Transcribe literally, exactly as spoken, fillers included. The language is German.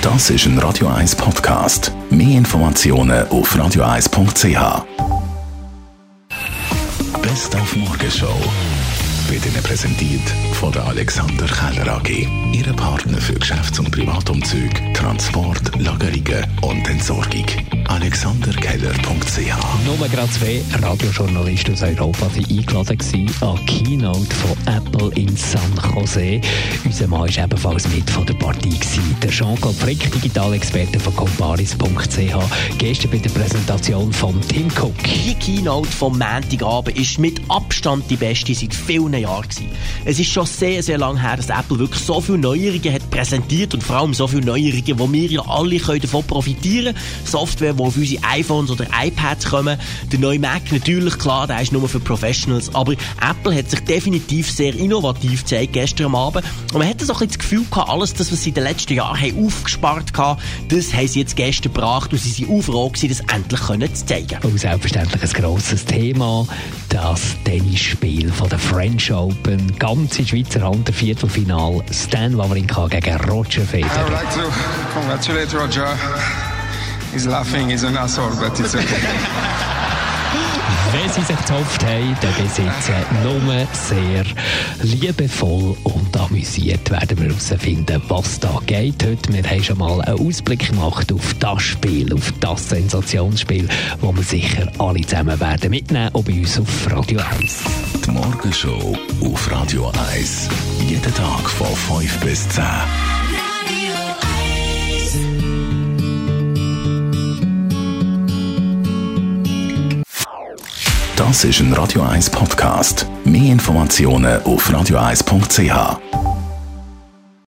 Das ist ein Radio eins Podcast. Mehr Informationen auf radio eins punkt c h. Best auf Morgenshow wird Ihnen präsentiert von der Alexander Keller A G. Ihre Partner für Geschäfts- und Privatumzüge, Transport, Lagerungen und Entsorgung. alexander keller punkt c h. Nur gerade zwei Radiojournalisten aus Europa waren eingeladen an die Keynote von Apple in San Jose. Unser Mann war ebenfalls mit von der Partie gewesen. Der Jean-Claude Frick, Digitalexperte von comparis punkt c h. Gestern bei der Präsentation von Tim Cook. Die Keynote vom Montagabend ist mit Abstand die beste seit vielen Jahren gewesen. Es ist schon sehr, sehr lange her, dass Apple wirklich so viele Neuerungen hat präsentiert und vor allem so viele Neuerungen, wo wir ja alle können davon profitieren können. Software, die auf unsere iPhones oder iPads kommen. Der neue Mac natürlich, klar, der ist nur für Professionals, aber Apple hat sich definitiv sehr innovativ gezeigt gestern am Abend. Und man hatte so ein bisschen das Gefühl gehabt, alles das, was sie in den letzten Jahren haben aufgespart haben, das haben sie jetzt gestern gebracht und sie waren froh gewesen, das endlich können zu zeigen. Und selbstverständlich ein grosses Thema, das Tennisspiel von der French Open. Ganz in Schweizer Hand, der Viertelfinal. Stan Wawrinka gegen Roger Federer. I would like to congratulate Roger. He's laughing, he's an asshole, but it's okay. Wenn sie sich gezopft haben, dann besitzen nur sehr liebevoll und amüsiert werden wir herausfinden, was da geht heute. Wir haben schon mal einen Ausblick gemacht auf das Spiel, auf das Sensationsspiel, das wir sicher alle zusammen werden mitnehmen, auch bei uns auf Radio eins. Die Morgenshow auf Radio eins. Jeden Tag von fünf bis zehn. Das ist ein Radio eins Podcast. Mehr Informationen auf radio eins punkt c h.